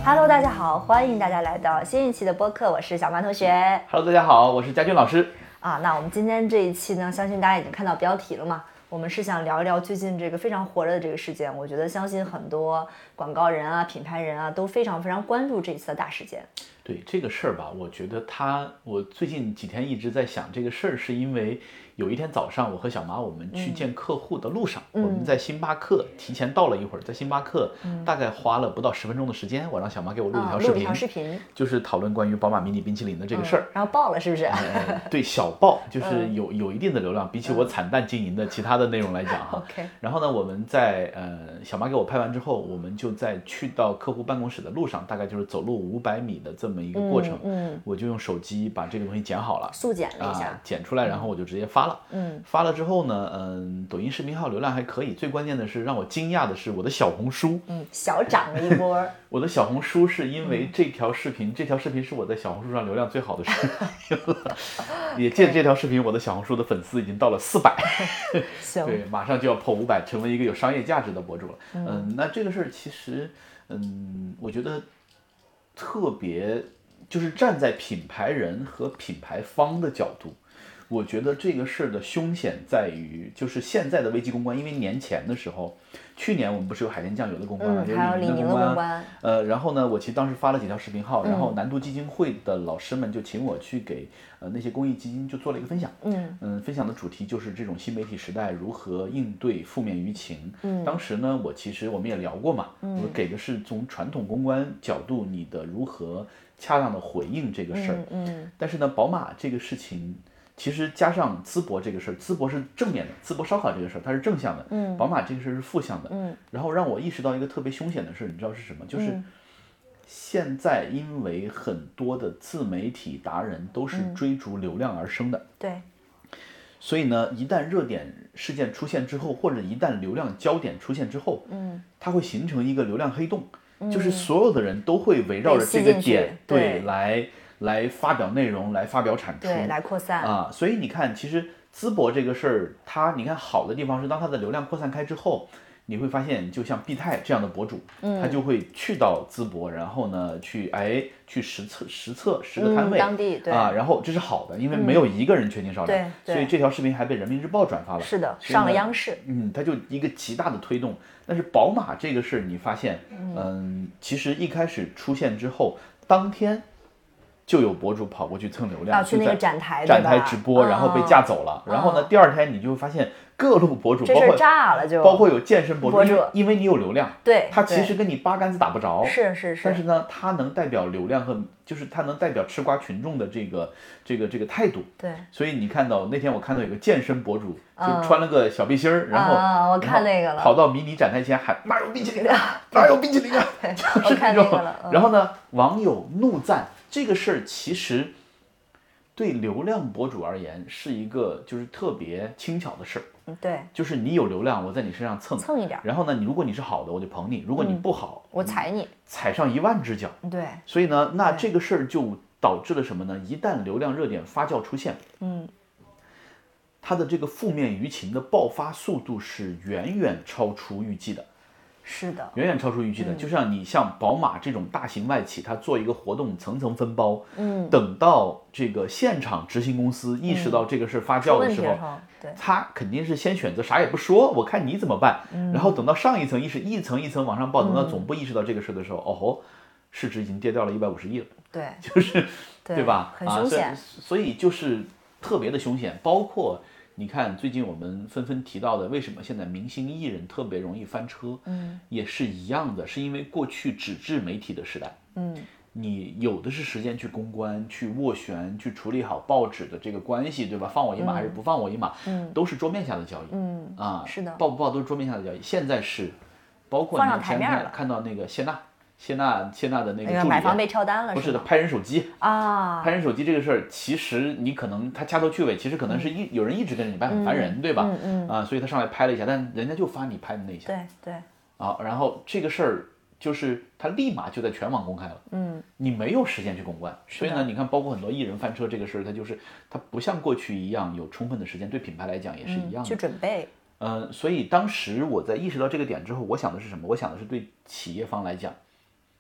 Hello， 大家好，欢迎大家来到新一期的播客，我是小曼同学。 Hello， 大家好，我是佳俊老师。 那我们今天这一期呢，相信大家已经看到标题了嘛，我们是想聊一聊最近这个非常火热的这个事件。我觉得相信很多广告人啊、品牌人啊都非常关注这一次的大事件。 对这个事儿吧，我觉得我最近几天一直在想这个事儿，是因为有一天早上我和小马我们去见客户的路上，我们在星巴克提前到了一会儿，在星巴克大概花了不到10分钟的时间，我让小马给我录一条视频，就是讨论关于宝马迷你冰淇淋的这个事儿， 然后爆了是不是？ 对，小爆就是有一定的流量，比起我惨淡经营的其他的内容来讲哈。 OK。 然后呢，我们在小马给我拍完之后，我们就在去到客户办公室的路上，大概就是走路500米的这么一个过程，我就用手机把这个东西剪好了， 速剪了一下， 剪出来，然后我就直接发了。发了之后呢，抖音视频号流量还可以，最关键的是让我惊讶的是我的小红书， 小涨了一波。 我的小红书是因为这条视频是我在小红书上流量最好的视频了，也借着这条视频，我的小红书的粉丝已经到了400，对，马上就要破500，成为一个有商业价值的博主了。那这个事儿其实，我觉得特别就是站在品牌人和品牌方的角度。我觉得这个事儿的凶险在于，就是现在的危机公关，因为年前的时候，去年我们不是有海天酱油的公关， 还有李宁的公关， 然后呢，我其实当时发了几条视频号，然后南都基金会的老师们就请我去给那些公益基金就做了一个分享，分享的主题就是这种新媒体时代如何应对负面舆情。当时呢，我们也聊过嘛，我给的是从传统公关角度，你的如何恰当的回应这个事儿。但是呢，宝马这个事情。其实加上淄博这个事儿，淄博是正面的，淄博烧烤这个事儿它是正向的，宝马这个事儿是负向的，然后让我意识到一个特别凶险的事，你知道是什么？就是现在因为很多的自媒体达人都是追逐流量而生的， 对， 所以呢，一旦热点事件出现之后，或者一旦流量焦点出现之后，它会形成一个流量黑洞，就是所有的人都会围绕着这个点，对，来发表内容，来发表产出， 对，来扩散啊。所以你看，其实淄博这个事儿，你看好的地方是，当它的流量扩散开之后，你会发现，就像毕泰这样的博主，他就会去到淄博，然后呢，去实测10个摊位， 当地对啊，然后这是好的，因为没有一个人缺斤少两，所以这条视频还被人民日报转发了， 是的，上了央视， 它就一个极大的推动。但是宝马这个事儿，你发现，其实一开始出现之后，当天。就有博主跑过去蹭流量， 去那个展台直播，然后被架走了。然后呢，第二天你就会发现各路博主，包括有健身博主，因为你有流量， 对， 他其实跟你八竿子打不着， 是。 但是呢，他能代表流量和就是他能代表吃瓜群众的这个态度。 对， 所以你看到那天我看到有个健身博主，就穿了个小背心儿，然后我看那个了， 跑到迷你展台前喊哪有冰淇淋啊，哪有冰淇淋啊，就是那种。 然后呢，网友怒赞。这个事儿其实对流量博主而言是一个就是特别轻巧的事儿， 对， 就是你有流量，我在你身上蹭一点， 然后呢，如果你是好的，我就捧你；如果你不好， 我踩你， 踩上1万只脚。 对， 所以呢，那这个事儿就导致了什么呢？一旦流量热点发酵出现，它的这个负面舆情的爆发速度是远远超出预计的。 是的， 远远超出预计的。就像宝马这种大型外企，它做一个活动层层分包，等到这个现场执行公司意识到这个事发酵的时候，他肯定是先选择啥也不说，我看你怎么办。然后等到上一层意识，一层一层往上报，等到总部意识到这个事的时候，市值已经跌掉了150亿了。 对， 就是对吧？ 很凶险。 所以就是特别的凶险，包括。你看，最近我们纷纷提到的，为什么现在明星艺人特别容易翻车？也是一样的，是因为过去纸质媒体的时代，你有的是时间去公关、去斡旋、去处理好报纸的这个关系，对吧？放我一马还是不放我一马，都是桌面下的交易， 是的， 报不报都是桌面下的交易。现在是，包括你前天看到那个谢娜的那个助理买房被跳单了， 不是的，拍人手机啊， 拍人手机这个事儿，其实你可能他掐头去尾，其实可能是有人一直跟着你拍，很烦人，对吧？所以他上来拍了一下，但人家就发你拍的那一下， 对， 然后这个事儿就是他立马就在全网公开了，你没有时间去公关，所以呢，你看，包括很多艺人翻车这个事儿，他不像过去一样有充分的时间，对品牌来讲也是一样的去准备。 所以当时我在意识到这个点之后，我想的是什么？我想的是对企业方来讲。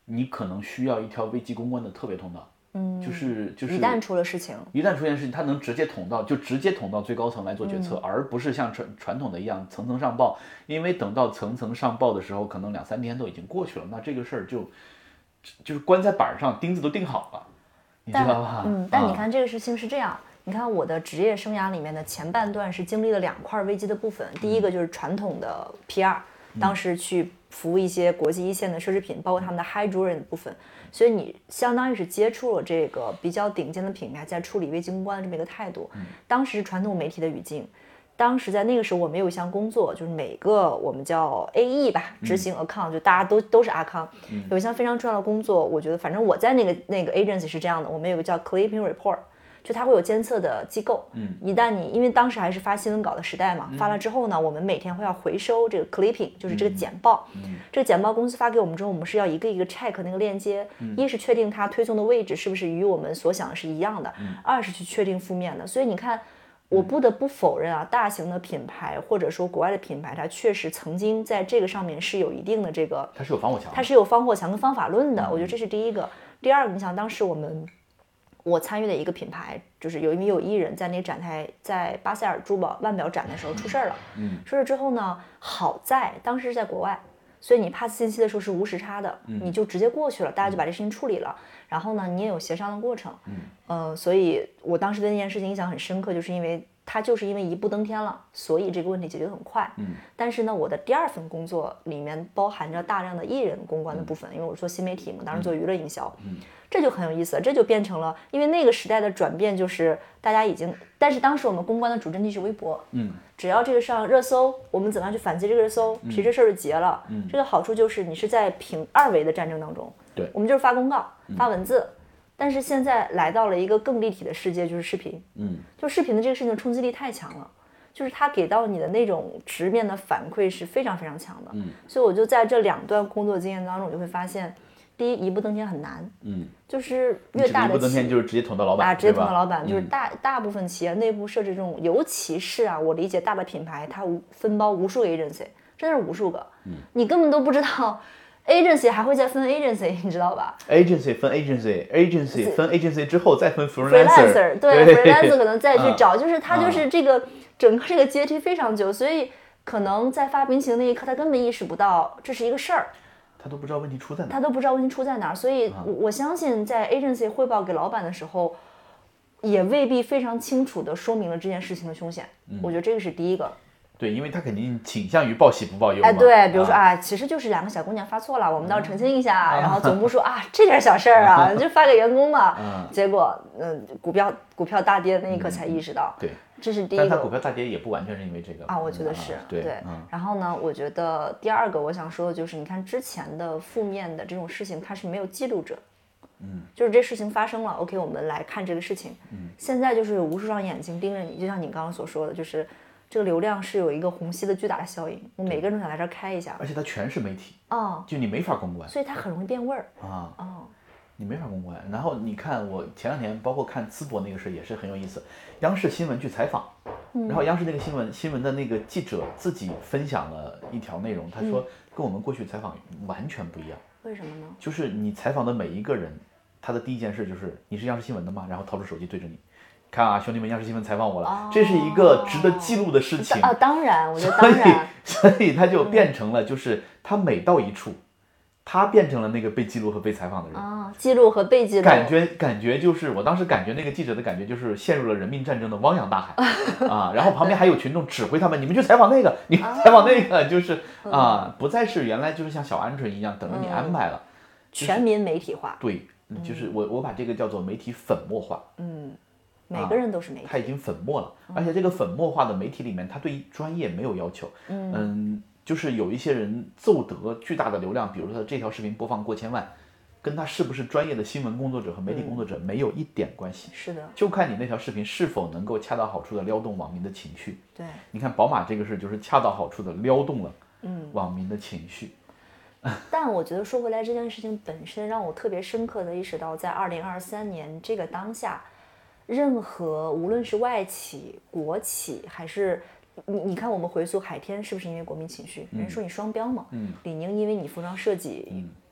你可能需要一条危机公关的特别通道。就是一旦出了事情， 它能直接捅到最高层来做决策，而不是像传统的一样层层上报。因为等到层层上报的时候，可能2-3天都已经过去了，那这个事儿就是关在板上，钉子都钉好了，你知道吧？ 但你看这个事情是这样，你看我的职业生涯里面的前半段是经历了2块危机的部分，第一个就是传统的 PR，当时去服务一些国际一线的奢侈品，包括他们的 high jewelry 的部分，所以你相当于是接触了这个比较顶尖的品牌在处理危机公关的这么一个态度。当时是传统媒体的语境，当时在那个时候我们有一项工作，就是每个我们叫 AE 吧，执行 account，就大家都是 account，有一项非常重要的工作，我觉得反正我在那个 agency 是这样的，我们有个叫 clipping report。就它会有监测的机构，一旦因为当时还是发新闻稿的时代嘛，发了之后呢，我们每天会要回收这个 clipping， 就是这个简报，这个简报公司发给我们之后，我们是要一个一个 check 那个链接，一是确定它推送的位置是不是与我们所想的是一样的，二是去确定负面的。所以你看，我不得不否认啊，大型的品牌或者说国外的品牌，它确实曾经在这个上面是有一定的这个， 它是有防火墙， 它是有防火墙跟方法论的，我觉得这是第一个。第二个，你想当时我参与的一个品牌，就是因为有艺人在那个展台，在巴塞尔珠宝腕表展的时候出事儿了。出事之后呢，好在当时是在国外，所以你 pass 信息的时候是无时差的，你就直接过去了，大家就把这事情处理了。然后呢，你也有协商的过程。所以我当时对那件事情印象很深刻，就是因为它就是因为一步登天了，所以这个问题解决得很快。但是呢，我的第2份工作里面包含着大量的艺人公关的部分，因为我做新媒体嘛，当时做娱乐营销。这就很有意思了，这就变成了，因为那个时代的转变就是大家已经，但是当时我们公关的主阵地是微博，只要这个上热搜，我们怎么样去反击这个热搜，其实这事儿就结了。这个好处就是你是在平2维的战争当中， 对， 我们就是发公告、发文字，但是现在来到了一个更立体的世界，就是视频，就视频的这个事情的冲击力太强了。就是它给到你的那种直面的反馈是非常非常强的，所以我就在这2段工作经验当中，我就会发现，第一，一步登天很难，就是越大的一步登天就是直接捅到老板啊，直接捅到老板，就是大部分企业内部设置这种，尤其是啊，我理解大的品牌，它分包无数个 agency， 真的是无数个，你根本都不知道 agency 还会再分 agency， 你知道吧 ？agency 分 agency 分 agency 之后再分 freelancer， 对 freelancer 可能再去找，就是它就是这个整个这个阶梯非常久，所以可能在发冰淇淋那一刻，他根本意识不到这是一个事儿。 他都不知道问题出在哪儿，所以我相信在 agency 汇报给老板的时候，也未必非常清楚地说明了这件事情的凶险。我觉得这个是第一个。 对，因为他肯定倾向于报喜不报忧嘛。 对，比如说其实就是2个小姑娘发错了，我们倒是澄清一下，然后总部说这点小事儿啊，就发给员工嘛。结果股票大跌那一刻才意识到。 对。 这是第一个， 但它股票大跌也不完全是因为这个我觉得是对。 然后呢，我觉得第2个我想说的就是，你看之前的负面的这种事情，它是没有记录者，就是这事情发生了 ，OK， 我们来看这个事情。现在就是有无数双眼睛盯着你，就像你刚刚所说的，就是这个流量是有一个虹吸的巨大的效应，我每个人都想来这儿开一下， 而且它全是媒体就你没法公关， 所以它很容易变味儿你没法公关。然后你看我前2天包括看淄博那个事也是很有意思，央视新闻去采访，然后央视那个新闻的那个记者自己分享了一条内容，他说跟我们过去采访完全不一样。 为什么呢？ 就是你采访的每一个人，他的第一件事就是你是央视新闻的吗？然后掏出手机对着你，看啊，兄弟们，央视新闻采访我了，这是一个值得记录的事情当然，我觉得当然， 所以他就变成了，就是他每到一处。他变成了那个被记录和被采访的人记录和被记录， 感觉就是我当时感觉那个记者的感觉就是陷入了人民战争的汪洋大海然后旁边还有群众指挥他们，你们去采访那个，你采访那个，就是不再是原来就是像小鹌鹑一样等着你安排了， 全民媒体化。 对，就是我把这个叫做媒体粉末化。 每个人都是媒体， 他已经粉末了，而且这个粉末化的媒体里面，他对专业没有要求。就是有一些人奏得巨大的流量，比如说这条视频播放过千万，跟他是不是专业的新闻工作者和媒体工作者没有一点关系。 是的， 就看你那条视频是否能够恰到好处的撩动网民的情绪。 对， 你看宝马这个事就是恰到好处的撩动了网民的情绪。 但我觉得说回来，这件事情本身让我特别深刻的意识到，在2023年这个当下，任何无论是外企、国企还是你看，我们回溯海天是不是因为国民情绪？人说你双标嘛。李宁因为你服装设计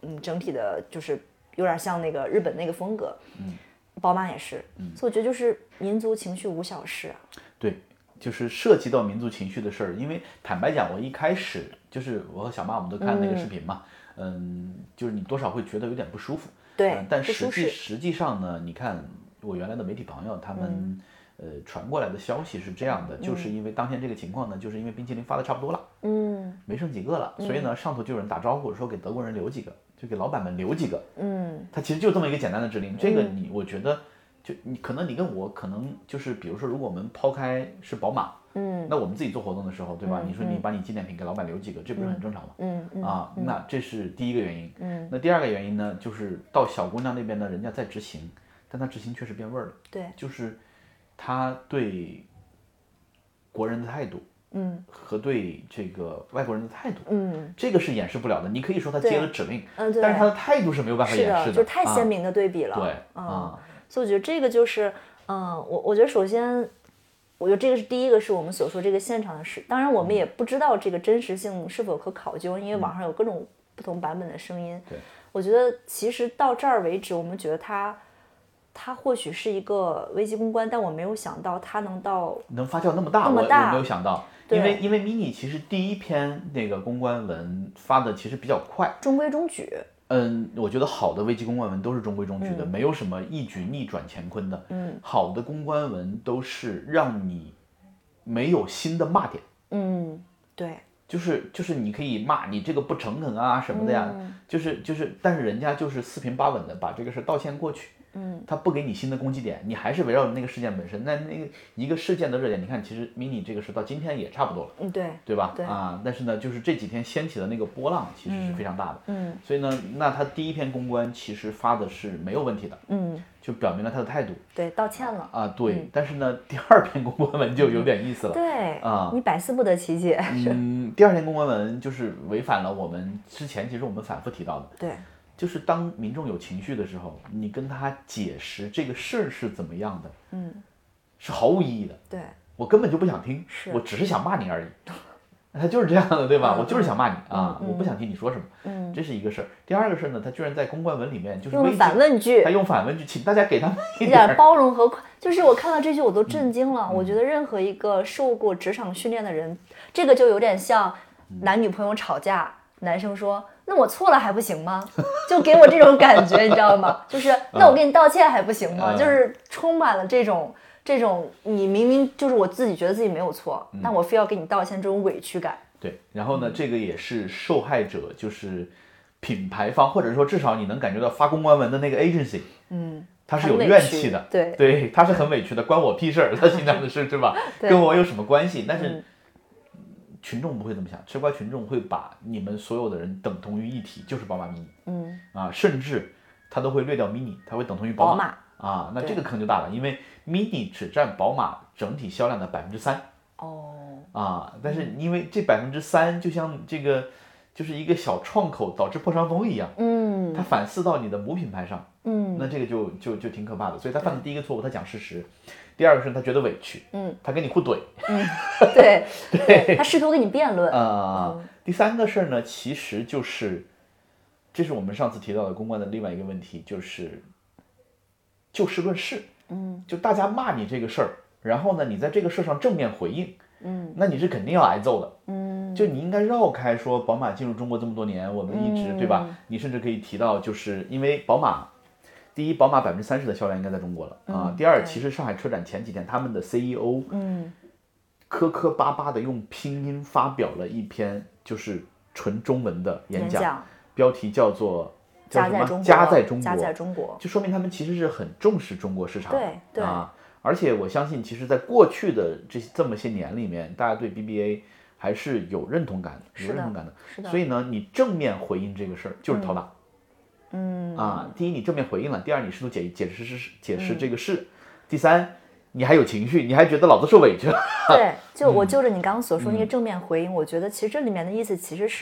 整体的就是有点像那个日本那个风格。宝马也是，所以我觉得就是民族情绪无小事。 对，就是涉及到民族情绪的事儿。因为坦白讲，我一开始就是我和小妈我们都看那个视频嘛，就是你多少会觉得有点不舒服。 对， 但实际上呢，你看我原来的媒体朋友他们传过来的消息是这样的，就是因为当天这个情况呢，就是因为冰淇淋发的差不多了，没剩几个了，所以呢上头就有人打招呼说给德国人留几个，就给老板们留几个。他其实就这么一个简单的指令。这个我觉得就你可能你跟我可能就是比如说如果我们抛开是宝马，那我们自己做活动的时候，对吧？你说你把你纪念品给老板留几个，这不是很正常吗？那这是第一个原因。那第二个原因呢，就是到小姑娘那边呢，人家在执行，但她执行确实变味儿了。 对， 就是她对国人的态度，和对这个外国人的态度，这个是掩饰不了的。你可以说她接了指令，但是她的态度是没有办法掩饰的， 就是太鲜明的对比了。 对， 所以我觉得这个就是，我觉得首先。我觉得这个是第一个，是我们所说这个现场的事。当然，我们也不知道这个真实性是否可考究，因为网上有各种不同版本的声音。 对， 我觉得其实到这儿为止，我们觉得它或许是一个危机公关，但我没有想到它能发酵那么大，我没有想到。因为 mini 其实第一篇那个公关文发的其实比较快， 中规中矩。 我觉得好的危机公关文都是中规中矩的，没有什么一举逆转乾坤的。好的公关文都是让你没有新的骂点。 对， 就是你可以骂你这个不诚恳啊什么的呀，但是人家就是四平八稳的把这个事道歉过去。他不给你新的攻击点，你还是围绕着那个事件本身。那个一个事件的热点，你看其实 mini 这个事到今天也差不多了，对吧？ 对但是呢，就是这几天掀起的那个波浪其实是非常大的。所以呢，那他第一篇公关其实发的是没有问题的，就表明了他的态度， 对，道歉了对。但是呢，第二篇公关文就有点意思了， 对你百思不得其解。 第二篇公关文就是违反了我们之前其实我们反复提到的， 对。 就是当民众有情绪的时候，你跟他解释这个事儿是怎么样的，是毫无意义的。 对， 我根本就不想听，我只是想骂你而已。他就是这样的，对吧？我就是想骂你我不想听你说什么。这是一个事儿。第二个事儿呢，他居然在公关文里面就是用反问句， 他用反问句，请大家给他一点包容和就是我看到这句我都震惊了。我觉得任何一个受过职场训练的人，这个就有点像男女朋友吵架，男生说。那我错了还不行吗？就给我这种感觉，你知道吗？就是那我给你道歉还不行吗？就是充满了这种你明明就是我自己觉得自己没有错，但我非要给你道歉这种委屈感。 对，然后呢，这个也是受害者，就是品牌方，或者说至少你能感觉到发公关文的那个 agency，他是有怨气的，对，他是很委屈的，关我屁事儿，他心想的是，对吧？跟我有什么关系？但是。群众不会这么想，吃瓜群众会把你们所有的人等同于一体，就是宝马 mini，甚至他都会略掉 mini， 他会等同于宝马那这个坑就大了，因为 mini 只占宝马整体销量的3%。但是因为这3%就像这个就是一个小创口导致破伤风一样，它反噬到你的母品牌上，那这个就挺可怕的。所以他犯的第一个错误，他讲事实。第二个是他觉得委屈，他跟你互怼， 对，他试图跟你辩论第三个事呢，其实就是这是我们上次提到的公关的另外一个问题，就是就事论事，就大家骂你这个事儿，然后呢，你在这个事儿上正面回应，那你是肯定要挨揍的，就你应该绕开说宝马进入中国这么多年，我们一直对吧？你甚至可以提到，就是因为宝马。第一，宝马30%的销量应该在中国了第二，其实上海车展前几天，他们的 CEO 磕磕巴巴的用拼音发表了一篇就是纯中文的演讲，标题叫做家在中国， 就说明他们其实是很重视中国市场对而且我相信，其实在过去的这么些年里面，大家对 BBA 还是有认同感的，所以呢，你正面回应这个事儿就是讨打。第一，你正面回应了；第二，你试图解释这个事；第三，你还有情绪，你还觉得老子受委屈了。 对，我就着你刚刚所说那个正面回应，我觉得其实这里面的意思其实是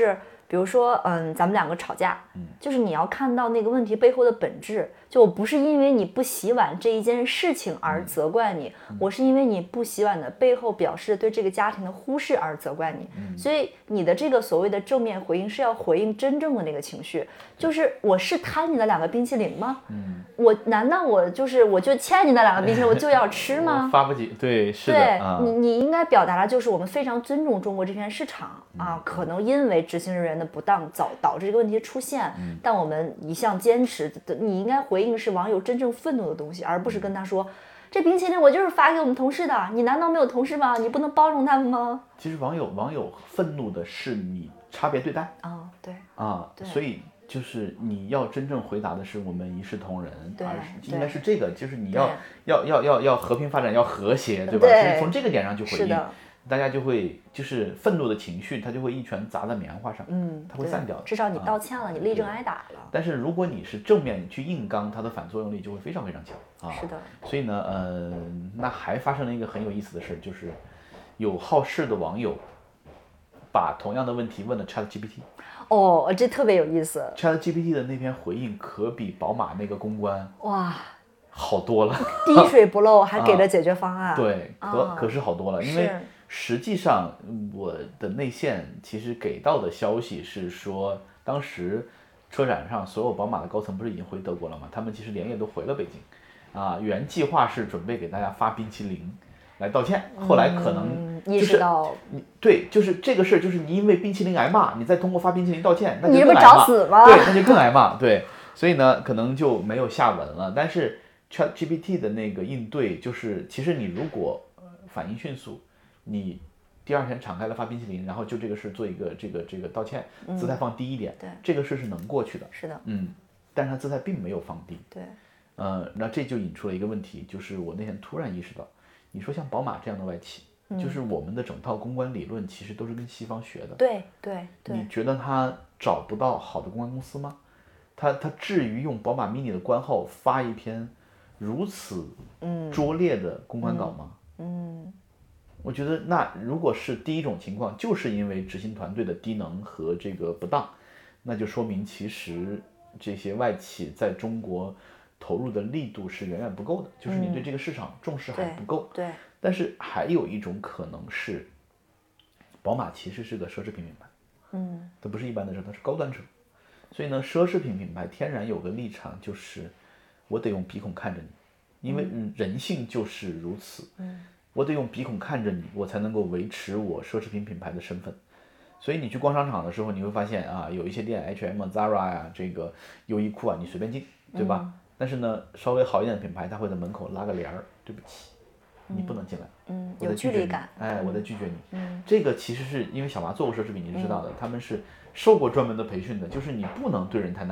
比如说，咱们两个吵架，就是你要看到那个问题背后的本质。就我不是因为你不洗碗这一件事情而责怪你，我是因为你不洗碗的背后表示对这个家庭的忽视而责怪你。所以你的这个所谓的正面回应是要回应真正的那个情绪，就是我是贪你的2个冰淇淋吗？我难道我就欠你的2个冰淇淋，我就要吃吗？ 发不起，对，是的。 对，你应该表达的就是我们非常尊重中国这片市场啊，可能因为执行人员的不当导致这个问题出现，但我们一向坚持，你应该回应是网友真正愤怒的东西，而不是跟他说这冰淇淋我就是发给我们同事的，你难道没有同事吗？你不能包容他们吗？ 其实网友愤怒的是你差别对待对所以就是你要真正回答的是我们一视同仁，而是应该是这个，就是你要和平发展，要和谐，对吧？是从这个点上去回应，大家就会就是愤怒的情绪，它就会一拳砸在棉花上，它会散掉的。 至少你道歉了，你力争挨打了。 但是如果你是正面去硬刚，它的反作用力就会非常非常强是的。 所以呢，那还发生了一个很有意思的事，就是有好事的网友把同样的问题问了 ChatGPT。 这特别有意思。 ChatGPT 的那篇回应可比宝马那个公关好多了， 滴水不漏，还给了解决方案。 对，可是好多了，因为实际上我的内线其实给到的消息是说，当时车展上所有宝马的高层不是已经回德国了吗？他们其实连夜都回了北京，原计划是准备给大家发冰淇淋来道歉，后来可能意识到， 对，就是这个事儿，就是你因为冰淇淋挨骂，你再通过发冰淇淋道歉，那就你更挨骂， 找死吗？ 对，那就更挨骂，对，所以呢，可能就没有下文了。但是 ChatGPT 的那个应对，就是其实你如果反应迅速，你第2天敞开了发冰淇淋，然后就这个事做一个这个道歉，姿态放低一点， 对， 这个事是能过去的。 是的， 但是他姿态并没有放低， 对， 那这就引出了一个问题，就是我那天突然意识到，你说像宝马这样的外企，就是我们的整套公关理论其实都是跟西方学的， 对， 你觉得他找不到好的公关公司吗？他至于用宝马 mini 的官号发一篇如此拙劣的公关稿吗？我觉得那如果是第一种情况，就是因为执行团队的低能和这个不当，那就说明其实这些外企在中国投入的力度是远远不够的，就是你对这个市场重视还不够。 对。 但是还有一种可能是，宝马其实是个奢侈品品牌，它不是一般的车，它是高端车，所以呢，奢侈品品牌天然有个立场，就是我得用鼻孔看着你，因为人性就是如此，我得用鼻孔看着你，我才能够维持我奢侈品品牌的身份。所以你去逛商场的时候，你会发现有一些店 H&M、Zara 呀，这个优衣库啊，你随便进，对吧？但是呢，稍微好一点的品牌，它会在门口拉个帘儿，对不起，你不能进来， 有距离感， 我在拒绝你。这个其实是因为小麻做过奢侈品，你知道的，他们是受过专门的培训的，就是你不能对人太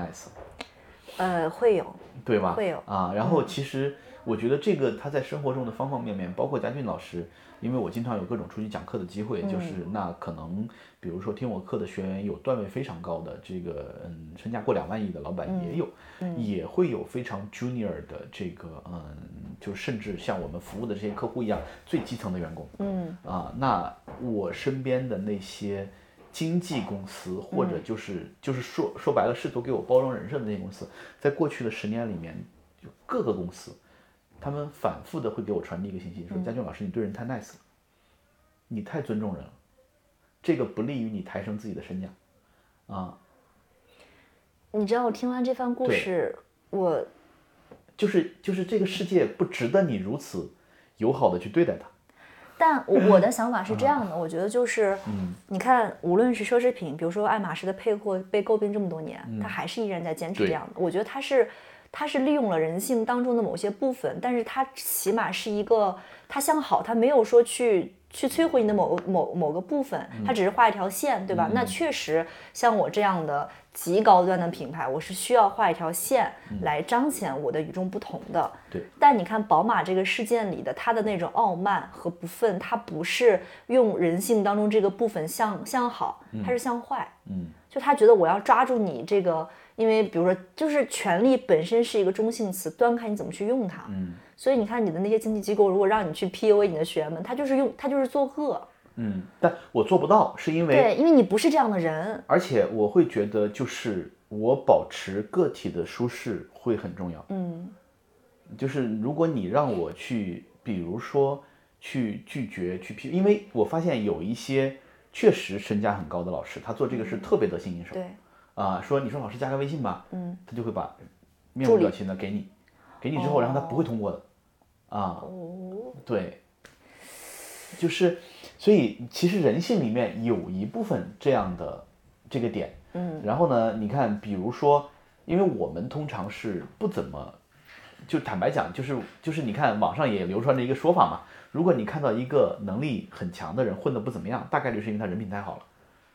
nice。 会有， 对吧？ 会有然后其实我觉得这个他在生活中的方方面面，包括佳俊老师，因为我经常有各种出去讲课的机会，就是那可能比如说听我课的学员有段位非常高的，这个身价过2万亿的老板也有，也会有非常 junior 的这个就甚至像我们服务的这些客户一样最基层的员工，那我身边的那些经纪公司，或者就是说白了试图给我包装人设的那些公司，在过去的10年里面，就各个公司，他们反复的会给我传递一个信息，说佳俊老师你对人太 nice 了，你太尊重人了，这个不利于你抬升自己的身价， 你知道我听完这番故事，我就是这个世界不值得你如此友好的去对待它。 但我的想法是这样的，我觉得就是，你看，无论是奢侈品，比如说爱马仕的配货被诟病这么多年，它还是依然在坚持这样的。我觉得它是利用了人性当中的某些部分，但是它起码是一个，它向好，它没有说去摧毁你的某个部分，它只是画一条线，对吧？那确实像我这样的极高端的品牌，我是需要画一条线来彰显我的与众不同的。 对。 但你看宝马这个事件里的它的那种傲慢和不忿，它不是用人性当中这个部分向好，它是向坏。就他觉得我要抓住你这个，因为比如说就是权力本身是一个中性词，端看你怎么去用它。所以你看你的那些经纪机构，如果让你去 PUA 你的学员们，他就是做恶。 但我做不到，是因为对，因为你不是这样的人， 而且我会觉得就是我保持个体的舒适会很重要。就是如果你让我去，比如说去拒绝去因为我发现有一些确实身价很高的老师，他做这个事特别得心应手。 对说你说老师加个微信吧，他就会把面无表情的给你之后，然后他不会通过的。对，就是所以其实人性里面有一部分这样的这个点。然后呢，你看，比如说，因为我们通常是不怎么，就坦白讲，就是你看网上也流传着一个说法嘛，如果你看到一个能力很强的人混得不怎么样，大概率是因为他人品太好了。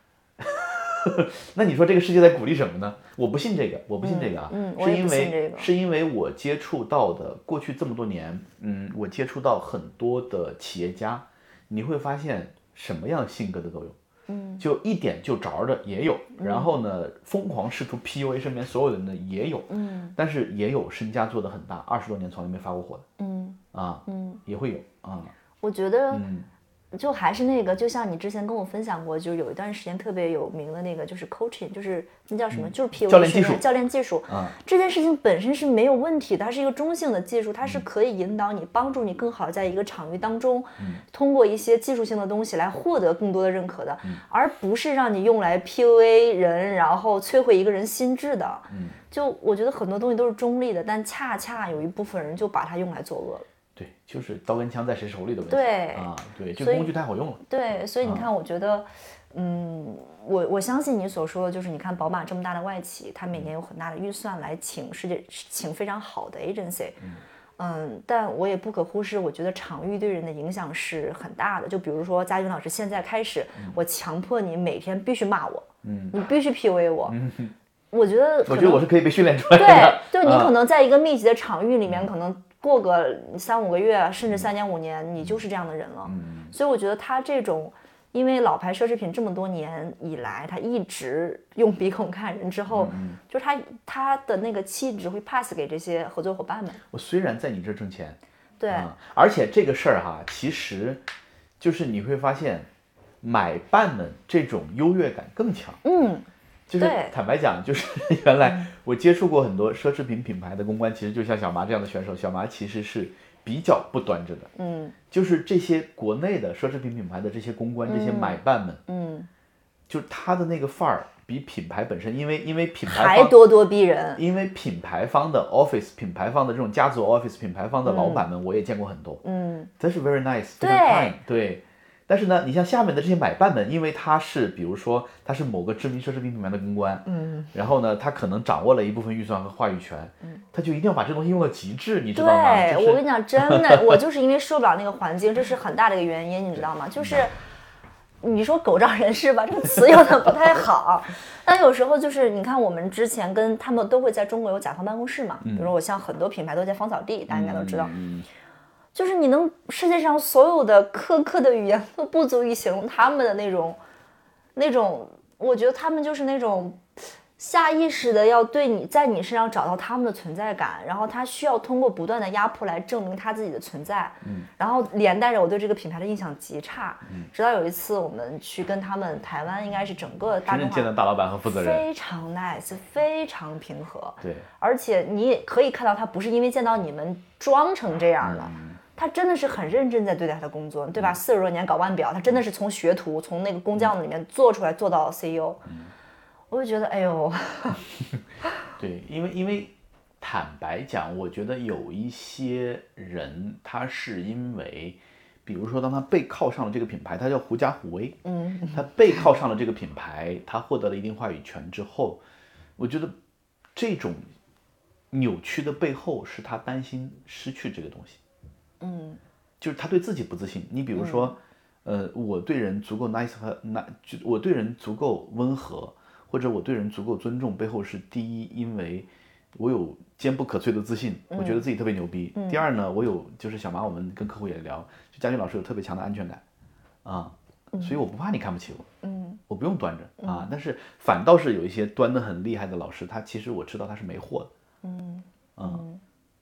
那你说这个世界在鼓励什么呢？我不信这个，啊，是因为我接触到的过去这么多年，我接触到很多的企业家，你会发现什么样性格的都有。就一点就着的也有，然后呢，疯狂试图 PUA 身边所有人的也有，但是也有身家做得很大，20多年从来没发过火的，也会有我觉得就还是那个，就像你之前跟我分享过，就是有一段时间特别有名的那个，就是 coaching， 就是那叫什么，就是 PUA 教练技术。这件事情本身是没有问题的，它是一个中性的技术，它是可以引导你、帮助你更好在一个场域当中，通过一些技术性的东西来获得更多的认可的，而不是让你用来 PUA 人，然后摧毁一个人心智的。就我觉得很多东西都是中立的，但恰恰有一部分人就把它用来作恶了。 对，就是刀跟枪在谁手里的问题。 对， 这个工具太好用了。 对，所以你看，我觉得，我相信你所说的，就是你看宝马这么大的外企，它每年有很大的预算来请非常好的 agency，但我也不可忽视，我觉得场域对人的影响是很大的。就比如说佳军老师，现在开始，我强迫你每天必须骂我，你必须 PUA 我。我觉得我是可以被训练出来的。 对，就你可能在一个密集的场域里面，可能过个3-5个月，甚至3年5年，你就是这样的人了。所以我觉得他这种，因为老牌奢侈品这么多年以来，他一直用鼻孔看人之后，就是他的那个气质会 pass 给这些合作伙伴们。 我虽然在你这挣钱， 对， 而且这个事儿其实就是你会发现，买办们这种优越感更强。就是坦白讲，就是原来我接触过很多奢侈品品牌的公关，其实就像小麻这样的选手，小麻其实是比较不端着的。就是这些国内的奢侈品品牌的这些公关，这些买办们，就是他的那个范儿比品牌本身，因为品牌方还咄逼人， 因为品牌方的 office， 品牌方的这种家族 office， 品牌方的老板们，我也见过很多。这是 very nice， 非常 kind， 对。但是呢，你像下面的这些买办们，因为他是比如说他是某个知名奢侈品品牌的公关，然后呢，他可能掌握了一部分预算和话语权，他就一定要把这东西用到极致，你知道吗？ 对，我跟你讲，真的，我就是因为受不了那个环境，这是很大的一个原因，你知道吗？就是你说狗仗人势吧，这个词用的不太好，但有时候就是你看，我们之前跟他们都会在中国有甲方办公室嘛，比如说我像很多品牌都在芳草地，大家应该都知道。就是你能世界上所有的苛刻的语言都不足以形容他们的那种，我觉得他们就是那种下意识的要对你在你身上找到他们的存在感，然后他需要通过不断的压迫来证明他自己的存在，然后连带着我对这个品牌的印象极差，直到有一次我们去跟他们台湾应该是整个大中华见到大老板和负责人非常 nice， 非常平和， 对， 而且你也可以看到他不是因为见到你们装成这样的。他真的是很认真在对待他的工作，对吧？40多年搞腕表，他真的是从学徒，从那个工匠里面做出来，做到 CEO。我就觉得，哎呦， 对，因为坦白讲，我觉得有一些人，他是因为，比如说，当他背靠上了这个品牌，他叫狐假虎威，他背靠上了这个品牌，他获得了一定话语权之后，我觉得这种扭曲的背后是他担心失去这个东西。就是他对自己不自信。你比如说，我对人足够 nice 和我对人足够温和，或者我对人足够尊重，背后是第一，因为我有坚不可摧的自信，我觉得自己特别牛逼。第二呢，我有就是小马，我们跟客户也聊，就佳俊老师有特别强的安全感所以我不怕你看不起我，我不用端着但是反倒是有一些端得很厉害的老师，他其实我知道他是没货的，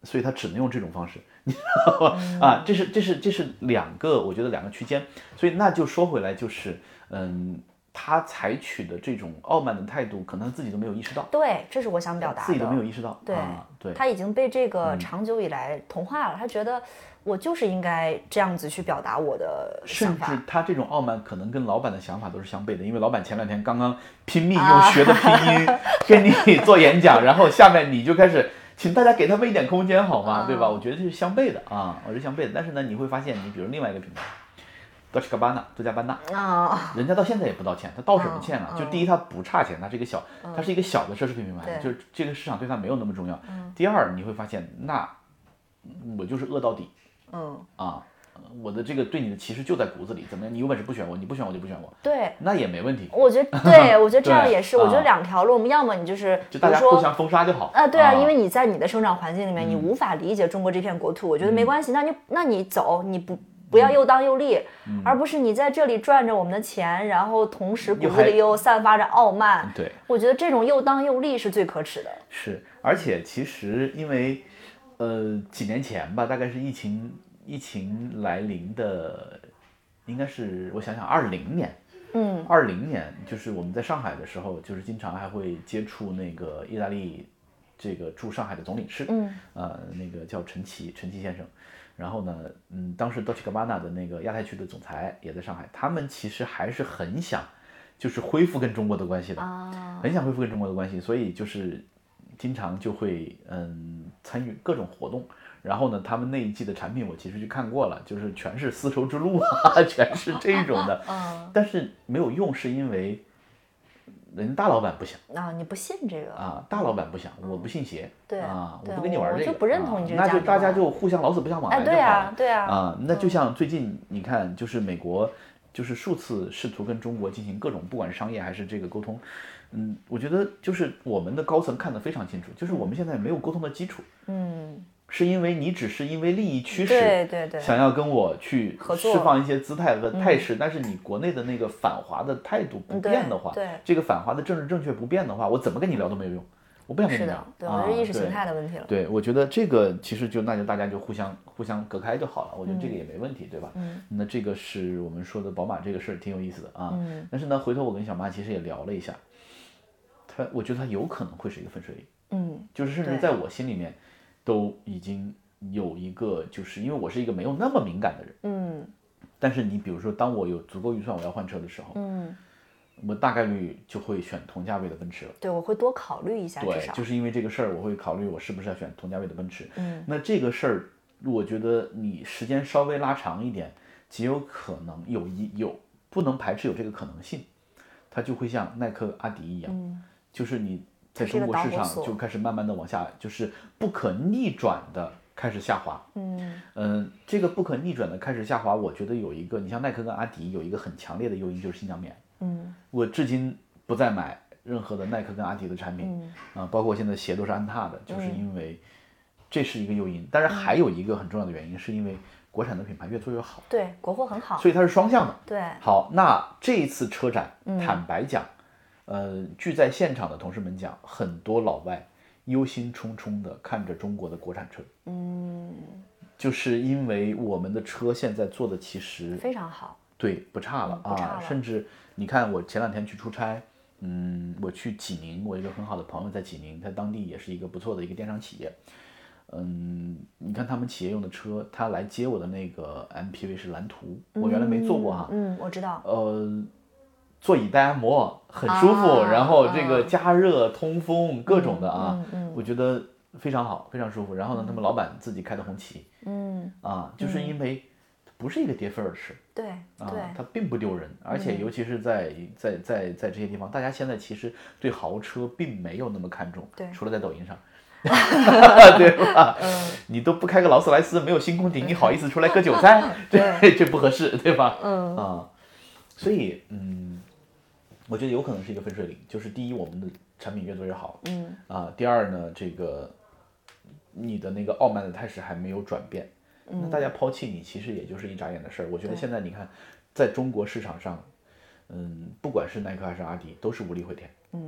所以他只能用这种方式，你知道吗？啊，这是两个，我觉得两个区间。所以那就说回来，就是他采取的这种傲慢的态度，可能他自己都没有意识到。 对，这是我想表达的。 自己都没有意识到。 对， 对， 他已经被这个长久以来同化了。他觉得我就是应该这样子去表达我的想法。 甚至他这种傲慢可能跟老板的想法都是相悖的，因为老板前2天刚刚拼命用学的拼音跟你做演讲，然后下面你就开始请大家给他们一点空间好吗？对吧？我觉得这是相悖的啊，我是相悖的。但是呢，你会发现，你比如另外一个品牌。Dolce & Gabbana 杜嘉班纳人家到现在也不道歉，他道什么歉啊？就第一，他不差钱，他是一个小的奢侈品品牌，就是这个市场对他没有那么重要。第二，你会发现，那我就是恶到底，我的这个对你的歧视就在骨子里，怎么样？你有本事不选我，你不选我就不选我， 对， 那也没问题。 我觉得对，我觉得这样也是，我觉得2条路，我们要么你就是大家互相封杀就好。 对啊，因为你在你的生长环境里面，你无法理解中国这片国土，我觉得没关系，那你走，你不要又当又立，而不是你在这里赚着我们的钱，然后同时骨子里又散发着傲慢。 对， 我觉得这种又当又立是最可耻的。 是，而且其实因为几年前吧，大概是疫情来临的，应该是我想想20年，20年就是我们在上海的时候，就是经常还会接触那个意大利这个驻上海的总领事，那个叫陈奇先生。然后呢，当时 Dolce & Gabbana 的那个亚太区的总裁也在上海，他们其实还是很想就是恢复跟中国的关系的，很想恢复跟中国的关系，所以就是经常就会参与各种活动。然后呢，他们那一季的产品我其实去看过了，就是全是丝绸之路全是这种的，但是没有用，是因为人家大老板不想你不信这个大老板不想，我不信邪， 对我不跟你玩这个， 我就不认同你这个价值观， 那就大家就互相老死不相往来就好了， 对啊， 那就像最近你看，就是美国就是数次试图跟中国进行各种不管是商业还是这个沟通，我觉得就是我们的高层看得非常清楚，就是我们现在没有沟通的基础，是因为你只是因为利益驱使， 对， 想要跟我去释放一些姿态和态势，但是你国内的那个反华的态度不变的话，这个反华的政治正确不变的话，我怎么跟你聊都没有用，我不想跟你聊。 对，我是意识形态的问题了。 对，我觉得这个其实那就大家就互相隔开就好了，我觉得这个也没问题，对吧？那这个是我们说的宝马这个事儿挺有意思的啊。但是呢，回头我跟小妈其实也聊了一下，我觉得他有可能会是一个分水岭。就是甚至在我心里面。都已经有一个，就是因为我是一个没有那么敏感的人，但是你比如说，当我有足够预算我要换车的时候，我大概率就会选同价位的奔驰了。 对，我会多考虑一下。 对，就是因为这个事儿，我会考虑我是不是要选同价位的奔驰。那这个事儿，我觉得你时间稍微拉长一点，极有可能有不能排斥有这个可能性，它就会像耐克、阿迪一样，就是你。在中国市场就开始慢慢的往下，就是不可逆转的开始下滑。这个不可逆转的开始下滑，我觉得有一个，你像耐克跟阿迪有一个很强烈的诱因，就是新疆棉。我至今不再买任何的耐克跟阿迪的产品，包括我现在鞋都是安踏的，就是因为这是一个诱因。但是还有一个很重要的原因，是因为国产的品牌越做越好。 对，国货很好， 所以它是双向的。 对。 好，那这一次车展，坦白讲。据在现场的同事们讲，很多老外忧心忡忡地看着中国的国产车，就是因为我们的车现在做的其实非常好， 对，不差了甚至你看我前2天去出差，我去济宁，我一个很好的朋友在济宁，他当地也是一个不错的一个电商企业，你看他们企业用的车，他来接我的那个 MPV 是蓝图，我原来没坐过哈， 我知道， 座椅带按摩很舒服，然后这个加热、通风各种的我觉得非常好，非常舒服。然后呢，他们老板自己开的红旗，就是因为不是一个跌份的事， 对， 它并不丢人，而且尤其是在这些地方，大家现在其实对豪车并没有那么看重，除了在抖音上，对吧？你都不开个劳斯莱斯，没有星空顶，你好意思出来割韭菜？这不合适，对吧？所以我觉得有可能是一个分水岭，就是第一，我们的产品越做越好，第二呢，这个你的那个傲慢的态势还没有转变，那大家抛弃你其实也就是一眨眼的事儿。我觉得现在你看，在中国市场上，不管是耐克还是阿迪，都是无力回天，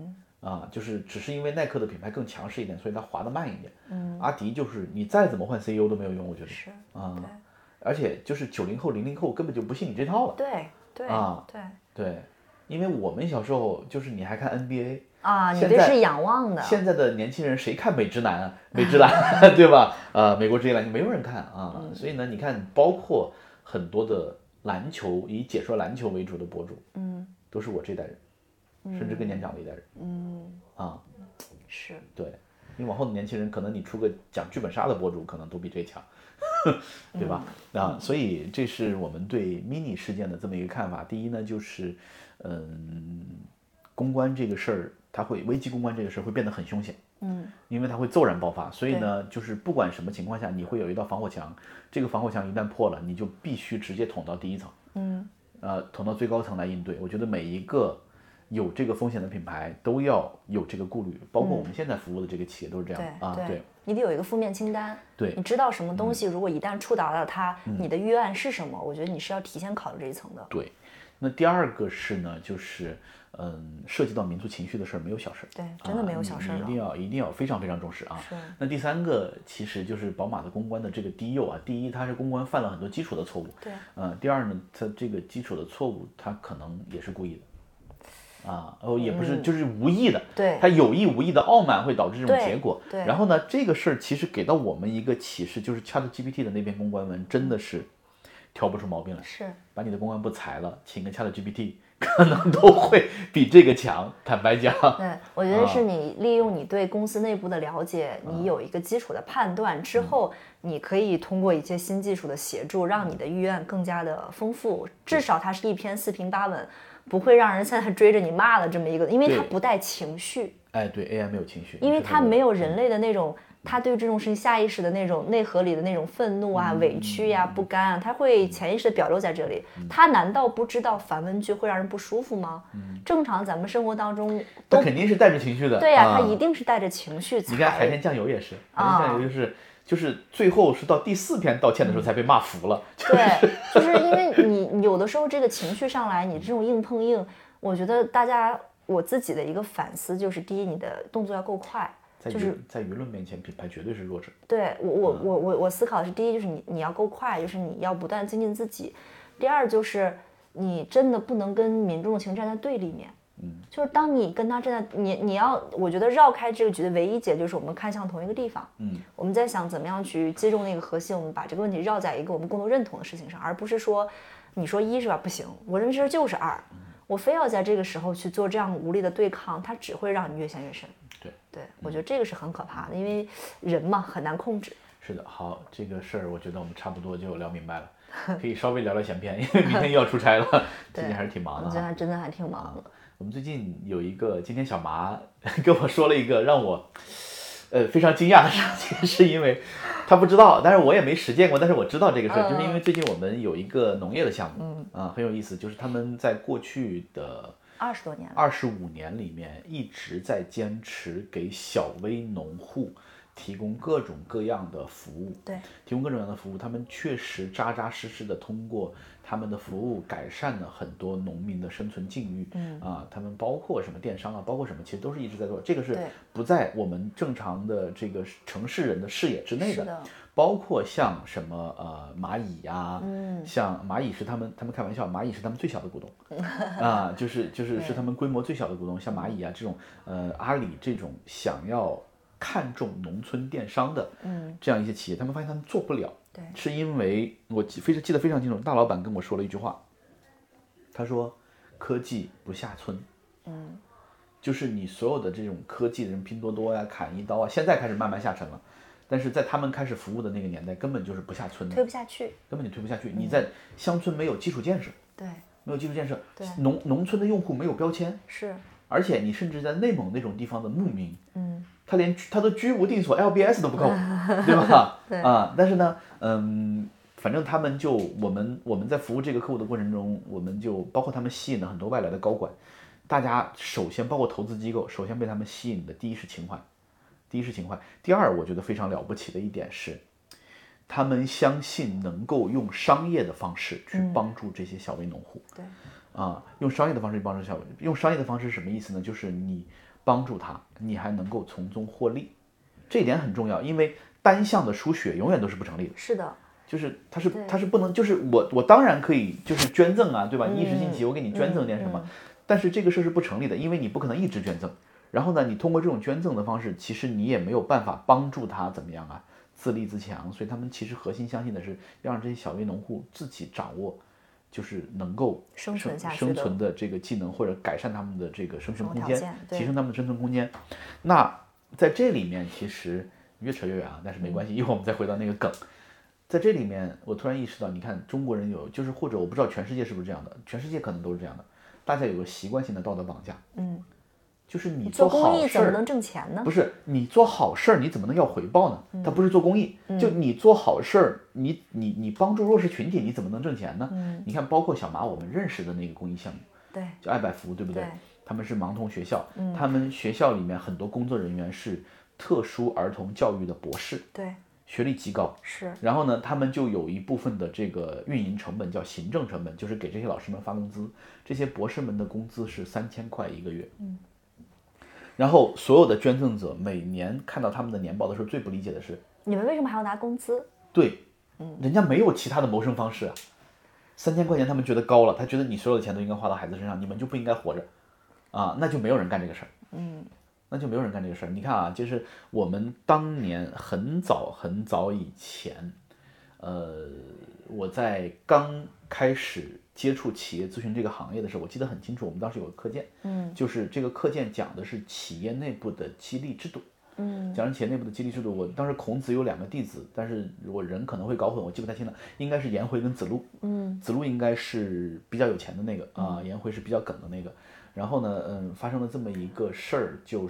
就是只是因为耐克的品牌更强势一点，所以它滑得慢一点。阿迪就是你再怎么换 CEO 都没有用，我觉得是而且就是90后、00后根本就不信你这套了。 对对，因为我们小时候就是你还看 NBA 你这是仰望的。 现在的年轻人谁看美职篮啊？美职篮对吧？美国职业篮球没有人看所以呢，你看包括很多的篮球以解说篮球为主的博主，都是我这代人。甚至更年长的一代人， 是对，你往后的年轻人，可能你出个讲剧本杀的博主，可能都比这强，对吧？所以这是我们对 mini 事件的这么一个看法。第一呢，就是公关这个事儿，它会危机公关这个事儿会变得很凶险，因为它会骤然爆发，所以呢，就是不管什么情况下，你会有一道防火墙，这个防火墙一旦破了，你就必须直接捅到第一层，捅到最高层来应对。我觉得每一个有这个风险的品牌都要有这个顾虑，包括我们现在服务的这个企业都是这样对， 你得有一个负面清单， 对， 你知道什么东西如果一旦触达了它，你的预案是什么？我觉得你是要提前考虑这一层的。 对，那第二个是呢，就是涉及到民族情绪的事儿没有小事， 对，真的没有小事了， 一定要非常非常重视是。那第三个其实就是宝马的公关的这个低幼第一，它是公关犯了很多基础的错误， 对， 第二呢，它这个基础的错误，它可能也是故意的。也不是，就是无意的， 对， 他有意无意的傲慢会导致这种结果。 对， 然后呢，这个事儿其实给到我们一个启示，就是 ChatGPT 的那篇公关文真的是挑不出毛病来， 是把你的公关部裁了，请个 ChatGPT 可能都会比这个强。坦白讲， 对，我觉得是你利用你对公司内部的了解，你有一个基础的判断之后，你可以通过一些新技术的协助，让你的预案更加的丰富，至少它是一篇4平8稳。不会让人现在追着你骂的这么一个，因为它不带情绪。 对 AI 没有情绪， 因为它没有人类的那种，他对这种事情下意识的那种内核里的那种愤怒委屈不甘他会潜意识的表露在这里。他难道不知道反问句会让人不舒服吗？正常咱们生活当中他肯定是带着情绪的。 对呀，他一定是带着情绪才。 你看海天酱油也是，海天酱油就是最后是到第4篇道歉的时候才被骂服了。 对，就是因为你有的时候这个情绪上来，你这种硬碰硬，我觉得大家我自己的一个反思就是，第一，你的动作要够快，就是在舆论面前，品牌绝对是弱者。 对我思考的是，第一就是你要够快，就是你要不断精进自己；第二就是你真的不能跟民众的情绪站在对立面。就是当你跟他站在你要，我觉得绕开这个局的唯一解就是我们看向同一个地方。我们在想怎么样去击中那个核心，我们把这个问题绕在一个我们共同认同的事情上，而不是说你说1是吧，不行，我认为这就是2，我非要在这个时候去做这样无力的对抗，它只会让你越陷越深。对，我觉得这个是很可怕的，因为人嘛很难控制。 是的，好，这个事儿我觉得我们差不多就聊明白了，可以稍微聊聊闲篇，因为明天又要出差了，最近还是挺忙的。 我觉得真的还挺忙的。 我们最近有一个，今天小麻跟我说了一个让我非常惊讶的事情，是因为他不知道，但是我也没实践过，但是我知道这个事儿，就是因为最近我们有一个农业的项目，很有意思，就是他们在过去的 20多年、 25年里面一直在坚持给小微农户提供各种各样的服务， 对， 提供各种各样的服务，他们确实扎扎实实的通过他们的服务改善了很多农民的生存境遇，他们包括什么电商包括什么，其实都是一直在做，这个是不在我们正常的这个城市人的视野之内的，包括像什么蚂蚁像蚂蚁是他们开玩笑，蚂蚁是他们最小的股东，就是他们规模最小的股东，像蚂蚁这种阿里这种想要看重农村电商的这样一些企业，他们发现他们做不了，是因为我记得非常清楚，大老板跟我说了一句话，他说科技不下村，就是你所有的这种科技的人，拼多多砍一刀现在开始慢慢下沉了，但是在他们开始服务的那个年代，根本就是不下村的， 推不下去， 根本就推不下去。你在乡村没有基础建设， 对， 没有基础建设，农村的用户没有标签， 是， 而且你甚至在内蒙那种地方的牧民，他都居无定所 ，LBS 都不靠谱，对吧？但是呢，反正他们就我们在服务这个客户的过程中，我们就包括他们吸引了很多外来的高管，大家首先包括投资机构，首先被他们吸引的第一是情怀，第二我觉得非常了不起的一点是，他们相信能够用商业的方式去帮助这些小微农户，用商业的方式去帮助用商业的方式是什么意思呢？就是你帮助他，你还能够从中获利，这一点很重要，因为单向的输血永远都是不成立的。 是的， 就是它是不能，就是我当然可以就是捐赠啊，对吧？一时兴起我给你捐赠点什么，但是这个事是不成立的，因为你不可能一直捐赠。然后呢，你通过这种捐赠的方式，其实你也没有办法帮助他怎么样啊，自立自强。所以他们其实核心相信的是要让这些小微农户自己掌握，就是能够生存下去生存的这个技能，或者改善他们的这个生存空间， 对提升他们的生存空间。那在这里面其实越扯越远啊，但是没关系，一会儿我们再回到那个梗。在这里面，我突然意识到，你看中国人有，就是或者我不知道全世界是不是这样的，全世界可能都是这样的，大家有个习惯性的道德绑架，就是你做好公益怎么能挣钱呢？ 不是你做好事儿，你怎么能要回报呢？它不是做公益，就你做好事儿，你帮助弱势群体，你怎么能挣钱呢？你看，包括小马我们认识的那个公益项目， 对， 叫爱百福，对不对？ 对， 他们是盲童学校，他们学校里面很多工作人员是特殊儿童教育的博士， 对， 学历极高， 是。 然后呢，他们就有一部分的这个运营成本叫行政成本，就是给这些老师们发工资，这些博士们的工资是3000块一个月，然后所有的捐赠者每年看到他们的年报的时候，最不理解的是， 你们为什么还要拿工资？ 对，人家没有其他的谋生方式啊，3000块钱他们觉得高了，他觉得你所有的钱都应该花到孩子身上，你们就不应该活着，啊，那就没有人干这个事儿，那就没有人干这个事儿。你看啊，就是我们当年很早很早以前，我在刚开始接触企业咨询这个行业的时候，我记得很清楚，我们当时有个课件，就是这个课件讲的是企业内部的激励制度，讲企业内部的激励制度。我当时孔子有2个弟子，但是我人可能会搞混，我记不太清了，应该是颜回跟子路，子路应该是比较有钱的那个啊，颜回是比较梗的那个。然后呢，发生了这么一个事儿，就是，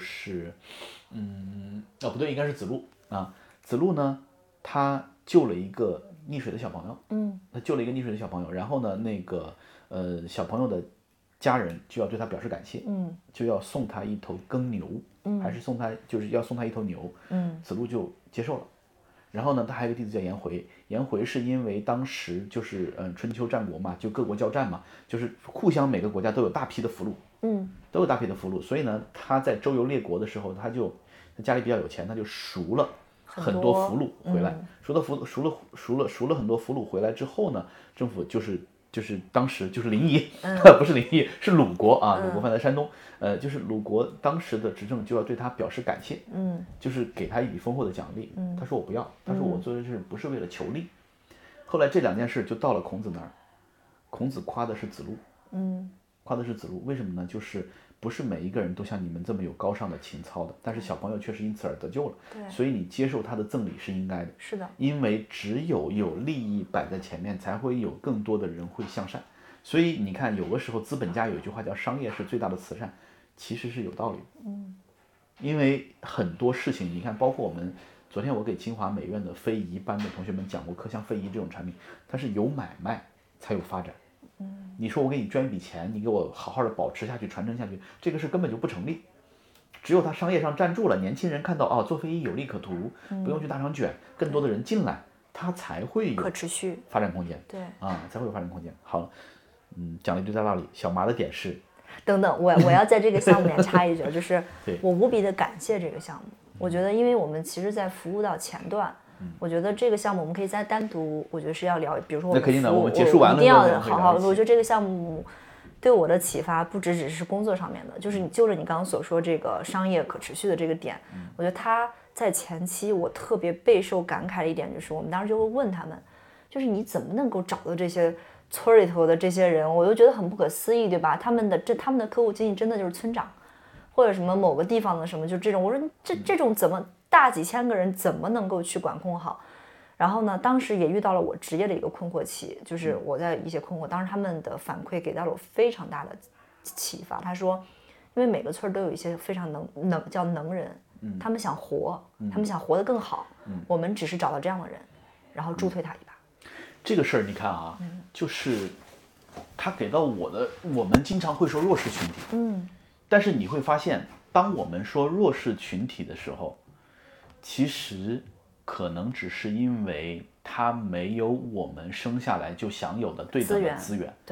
不对，应该是子路啊。子路呢，他救了一个溺水的小朋友，他救了一个溺水的小朋友，然后呢，那个小朋友的家人就要对他表示感谢，就要送他一头耕牛，还是就是要送他一头牛，子路就接受了。然后呢，他还有一个弟子叫颜回，颜回是因为当时就是春秋战国嘛，就各国交战嘛，就是互相每个国家都有大批的俘虏，都有大批的俘虏，所以呢，他在周游列国的时候，他家里比较有钱，他就赎了很多俘虏回来，赎了很多俘虏回来之后呢，政府就是当时就是临沂，不是临沂，是鲁国啊，鲁国放在山东，就是鲁国当时的执政就要对他表示感谢，就是给他一笔丰厚的奖励，他说我不要，他说我做这事不是为了求利。后来这2件事就到了孔子那儿，孔子夸的是子路，夸的是子路，为什么呢？就是不是每一个人都像你们这么有高尚的情操的，但是小朋友确实因此而得救了，所以你接受他的赠礼是应该的， 是的， 因为只有利益摆在前面，才会有更多的人会向善。所以你看，有的时候资本家有一句话叫商业是最大的慈善，其实是有道理的，因为很多事情，你看，包括我们昨天我给清华美院的非遗班的同学们讲过，课像非遗这种产品，它是有买卖才有发展。你说我给你捐一笔钱，你给我好好的保持下去、传承下去，这个事根本就不成立。只有它商业上站住了，年轻人看到做非遗有利可图，不用去大厂卷，更多的人进来，它才会有可持续发展空间。 对才会有发展空间。好了，讲了一堆大道理。小麻的点是， 等等，我要在这个项目里面插一句，就是我无比的感谢这个项目。我觉得，因为我们其实在服务到前段。我觉得这个项目我们可以再单独，我觉得是要聊，比如说我们那肯定的，我们结束完了一定要好好。我觉得这个项目对我的启发不只是工作上面的，就是你就着你刚刚所说这个商业可持续的这个点，我觉得他在前期我特别备受感慨的一点就是，我们当时就会问他们，就是你怎么能够找到这些村里头的这些人，我就觉得很不可思议，对吧？他们的客户经济真的就是村长，或者什么某个地方的什么，就这种，我说这种怎么大几千个人怎么能够去管控好？然后呢，当时也遇到了我职业的一个困惑期，就是我在一些困惑，当时他们的反馈给到了我非常大的启发。他说，因为每个村都有一些非常能人，他们想活，他们想活得更好，我们只是找到这样的人，然后助推他一把。 这个事儿你看啊，就是他给到我们经常会说弱势群体，但是你会发现，当我们说弱势群体的时候，其实可能只是因为他没有我们生下来就享有的对等的资源。 对，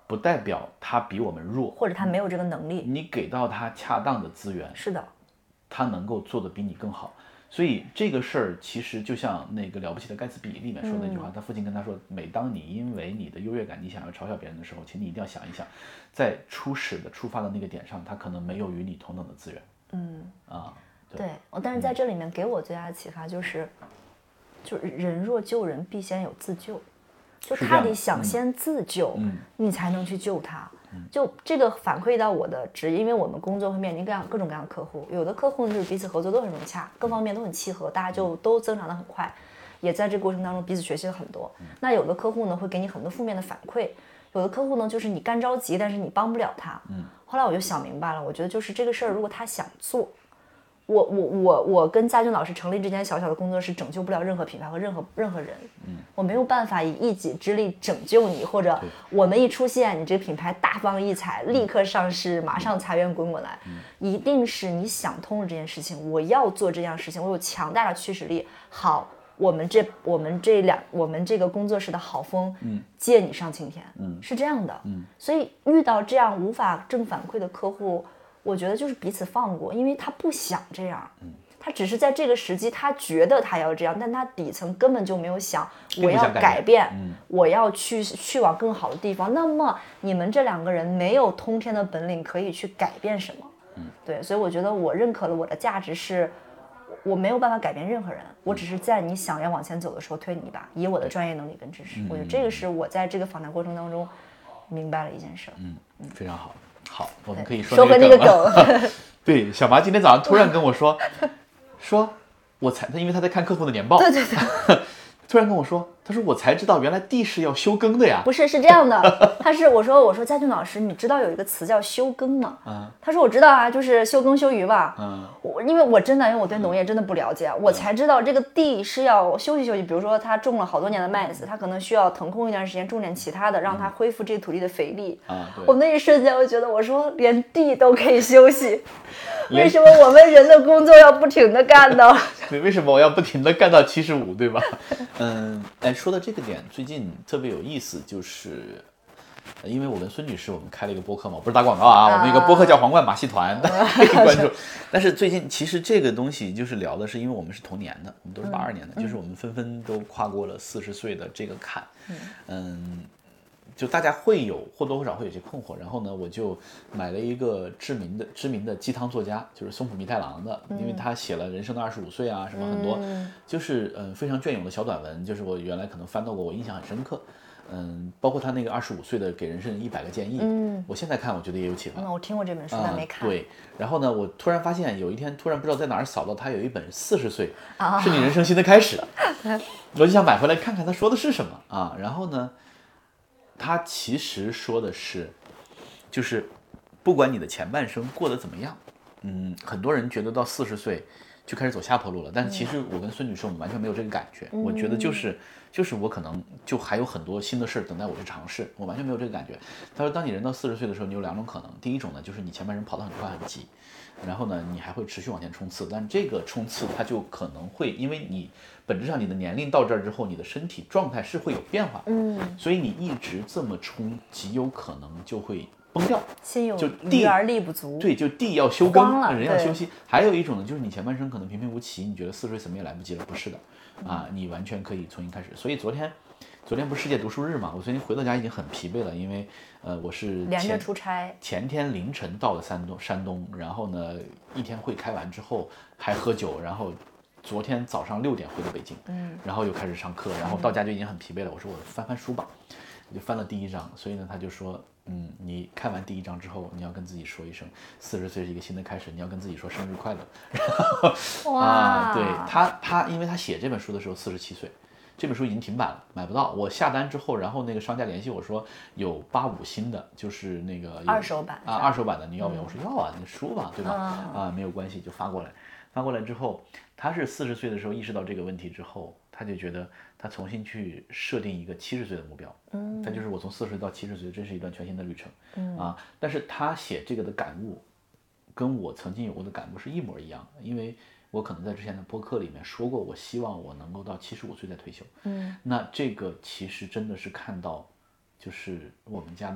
不代表他比我们弱， 或者他没有这个能力。 你给到他恰当的资源， 是的， 他能够做得比你更好。所以这个事儿其实就像那个了不起的盖茨比里面说那句话，他父亲跟他说，每当你因为你的优越感，你想要嘲笑别人的时候，请你一定要想一想，在出发的那个点上，他可能没有与你同等的资源。 对，但是在这里面给我最大的启发就是，人若救人，必先有自救，就他得想先自救，你才能去救他。就这个反馈到我的职业，因为我们工作会面临各种各样的客户，有的客户就是彼此合作都很融洽，各方面都很契合，大家就都增长得很快，也在这个过程当中彼此学习了很多。那有的客户呢会给你很多负面的反馈，有的客户呢就是你干着急，但是你帮不了他。后来我就想明白了，我觉得就是这个事儿，如果他想做，我跟佳俊老师成立这间小小的工作室，拯救不了任何品牌和任何人。我没有办法以一己之力拯救你，或者我们一出现，你这个品牌大放异彩，立刻上市，马上裁员滚滚来。一定是你想通了这件事情，我要做这样事情，我有强大的驱使力。好，我们这个工作室的好风，借你上青天，是这样的。所以遇到这样无法正反馈的客户，我觉得就是彼此放过，因为他不想这样，他只是在这个时机他觉得他要这样，但他底层根本就没有想我要改变，我要去往更好的地方。那么你们这两个人没有通天的本领可以去改变什么。对，所以我觉得我认可了我的价值是，我没有办法改变任何人，我只是在你想要往前走的时候推你一把，以我的专业能力跟知识。我觉得这个是我在这个访谈过程当中明白了一件事。 非常好。好，我们可以说回那个梗。 对，小麻今天早上突然跟我说，因为他在看客户的年报， 对， 突然跟我说，他说我才知道原来地是要休耕的呀。 不是，是这样的，我说佳俊老师，你知道有一个词叫休耕吗？他说我知道啊，就是休耕休渔吧。因为我对农业真的不了解，我才知道这个地是要休息。比如说他种了好多年的麦子，他可能需要腾空一段时间种点其他的，让它恢复这个土地的肥力。我那一瞬间我觉得，我说连地都可以休息，为什么我们人的工作要不停的干呢？ 对，为什么我要不停的干到75，对吧？说到这个点，最近特别有意思，就是因为我跟孙女士我们开了一个播客嘛，不是打广告啊，我们一个播客叫皇冠马戏团，大家可以关注。但是最近其实这个东西就是聊的是，因为我们是同年的，我们都是82年的，就是我们纷纷都跨过了40岁的这个坎。就大家会有或多或少会有些困惑，然后呢，我就买了一个知名的鸡汤作家，就是松浦弥太郎的，因为他写了人生的25岁啊，什么很多，就是非常隽永的小短文，就是我原来可能翻到过，我印象很深刻。包括他那个25岁的给人生100个建议，我现在看我觉得也有启发。 我听过这本书，但没看。 对，然后呢，我突然发现有一天突然不知道在哪儿扫到他有一本40岁是你人生新的开始，我就想买回来看看他说的是什么啊。然后呢，他其实说的是，就是不管你的前半生过得怎么样，很多人觉得到40岁就开始走下坡路了，但是其实我跟孙女士我们完全没有这个感觉，我觉得就是我可能就还有很多新的事等待我去尝试，我完全没有这个感觉。他说，当你人到40岁的时候，你有2种可能，第一种呢就是你前半生跑得很快很急，然后呢你还会持续往前冲刺，但这个冲刺它就可能会因为你本质上你的年龄到这儿之后，你的身体状态是会有变化，所以你一直这么冲，极有可能就会崩掉， 心有余而力不足。 对，就地要休耕，人要休息。还有一种呢，就是你前半生可能平平无奇，你觉得40岁什么也来不及了，不是的，你完全可以重新开始。所以昨天不是世界读书日嘛，我昨天回到家已经很疲惫了，因为我是连着出差， 前天凌晨到了山东，然后呢一天会开完之后还喝酒，然后昨天早上6点回的北京，然后又开始上课，然后到家就已经很疲惫了。我说我翻翻书吧，我就翻了第1章，所以呢他就说，你看完第1章之后，你要跟自己说一声40岁是一个新的开始，你要跟自己说生日快乐。 哇， 对他，因为他写这本书的时候47岁，这本书已经停版了，买不到。我下单之后，然后那个商家联系我说有85新的，就是那个二手版二手版的，你要不要？我说要啊，那书嘛，对吧？没有关系，就发过来。发过来之后，他是40岁的时候意识到这个问题之后，他就觉得他重新去设定一个70岁的目标。他就是我从40岁到70岁，这是一段全新的旅程。但是他写这个的感悟，跟我曾经有过的感悟是一模一样的，因为我可能在之前的播客里面说过，我希望我能够到75岁再退休。那这个其实真的是看到，就是我们家的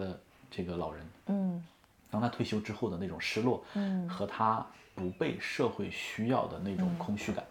这个老人，当他退休之后的那种失落，和他不被社会需要的那种空虚感，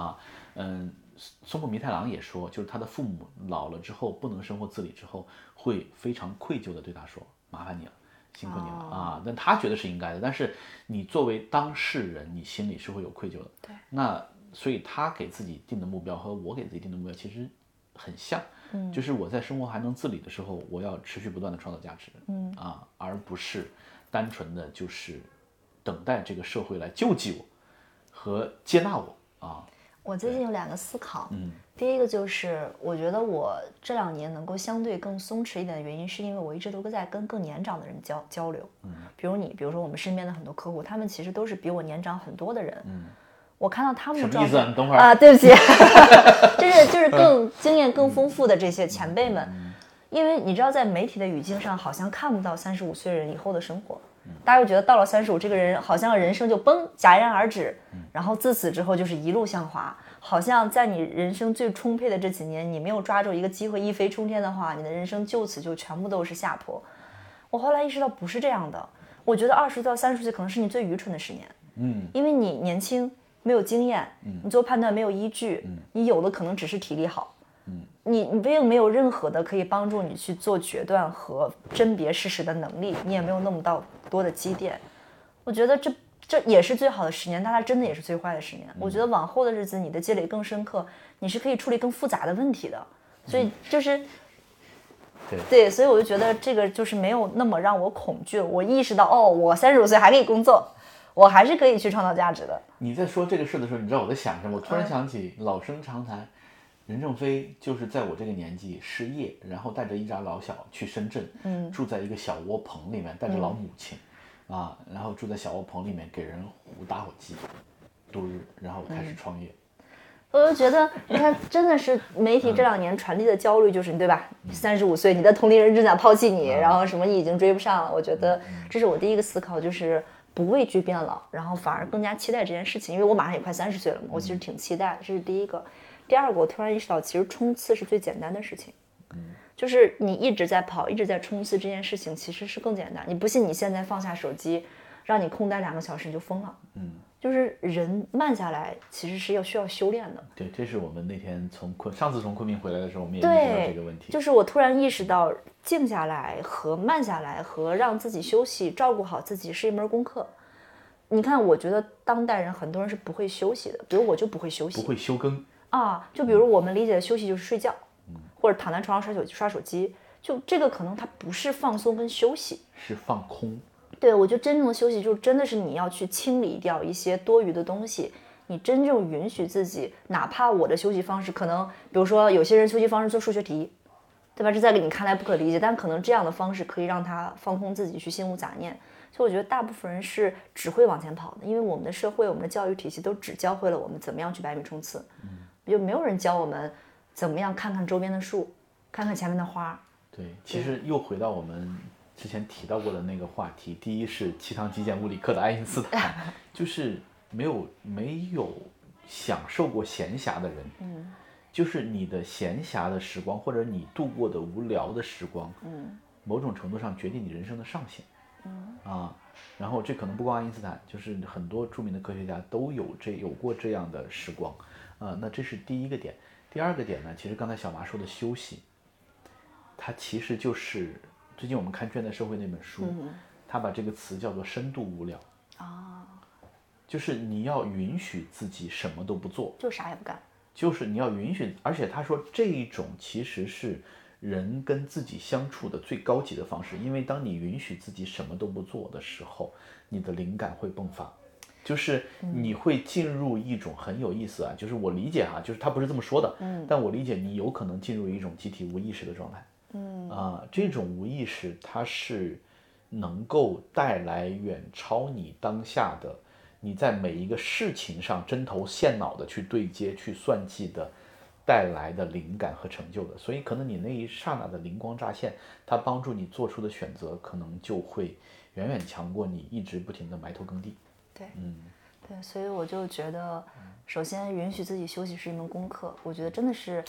松浦弥太郎也说，就是他的父母老了之后不能生活自理之后，会非常愧疚的对他说：“麻烦你了，辛苦你了啊！”但他觉得是应该的，但是你作为当事人，你心里是会有愧疚的。 对， 那所以他给自己定的目标和我给自己定的目标其实很像，就是我在生活还能自理的时候，我要持续不断的创造价值，而不是单纯的就是等待这个社会来救济我和接纳我啊。 我最近有2个思考，第一个就是我觉得我这2年能够相对更松弛一点的原因，是因为我一直都在跟更年长的人交流，比如你，比如说我们身边的很多客户，他们其实都是比我年长很多的人，我看到他们的状态， 什么意思？你等会儿啊，对不起，就是更经验更丰富的这些前辈们，因为你知道，在媒体的语境上，好像看不到35岁人以后的生活。大家会觉得到了35，这个人好像人生就戛然而止，然后自此之后就是一路向滑，好像在你人生最充沛的这几年，你没有抓住一个机会一飞冲天的话，你的人生就此就全部都是下坡。我后来意识到不是这样的，我觉得20岁到30岁可能是你最愚蠢的10年，因为你年轻没有经验，你做判断没有依据，你有的可能只是体力好，你并没有任何的可以帮助你去做决断和甄别事实的能力，你也没有那么多的积淀。我觉得这也是最好的10年，但它真的也是最坏的10年。我觉得往后的日子，你的积累更深刻，你是可以处理更复杂的问题的。所以就是对，所以我就觉得这个就是没有那么让我恐惧了。我意识到，我35岁还可以工作，我还是可以去创造价值的。 你在说这个事的时候，你知道我在想什么？我突然想起老生常谈，任正非就是在我这个年纪失业，然后带着一家老小去深圳，住在一个小窝棚里面，带着老母亲，然后住在小窝棚里面给人糊打火机度日，然后开始创业。 我就觉得，你看，真的是媒体这2年传递的焦虑，就是对吧？35岁，你的同龄人正想抛弃你，然后什么你已经追不上了。我觉得这是我第一个思考，就是不畏惧变老，然后反而更加期待这件事情，因为我马上也快30岁了嘛，我其实挺期待的。这是第一个。第二个，我突然意识到，其实冲刺是最简单的事情，就是你一直在跑，一直在冲刺这件事情其实是更简单。你不信，你现在放下手机，让你空待2个小时，你就疯了。就是人慢下来，其实是需要修炼的。 对，这是我们那天上次从昆明回来的时候，我们也意识到这个问题。 就是我突然意识到，静下来和慢下来和让自己休息、照顾好自己是一门功课。你看，我觉得当代人很多人是不会休息的，比如我就不会休息， 不会休耕啊。就比如我们理解的休息就是睡觉，或者躺在床上刷手机，就这个可能它不是放松跟休息， 是放空。 对，我觉得真正的休息就真的是你要去清理掉一些多余的东西，你真正允许自己，哪怕我的休息方式可能，比如说有些人休息方式做数学题，对吧？这在你看来不可理解，但可能这样的方式可以让他放空自己，去心无杂念。所以我觉得大部分人是只会往前跑的，因为我们的社会、我们的教育体系都只教会了我们怎么样去100米冲刺，就没有人教我们怎么样看看周边的树，看看前面的花。 对，其实又回到我们之前提到过的那个话题，第一是气汤极简物理课的爱因斯坦，就是没有享受过闲暇的人，就是你的闲暇的时光或者你度过的无聊的时光，某种程度上决定你人生的上限，然后这可能不光爱因斯坦，就是很多著名的科学家都有过这样的时光，那这是第一个点。第二个点呢，其实刚才小麻说的休息，它其实就是最近我们看《倦怠社会》那本书，他把这个词叫做深度无聊，就是你要允许自己什么都不做， 就啥也不干， 就是你要允许，而且他说这一种其实是人跟自己相处的最高级的方式，因为当你允许自己什么都不做的时候，你的灵感会迸发，就是你会进入一种很有意思啊，就是我理解哈，就是他不是这么说的，但我理解你有可能进入一种集体无意识的状态，这种无意识它是能够带来远超你当下的，你在每一个事情上针头线脑的去对接、去算计的带来的灵感和成就的，所以可能你那一刹那的灵光乍现，它帮助你做出的选择可能就会远远强过你一直不停的埋头耕地。 对，所以我就觉得，首先允许自己休息是一门功课。我觉得真的是，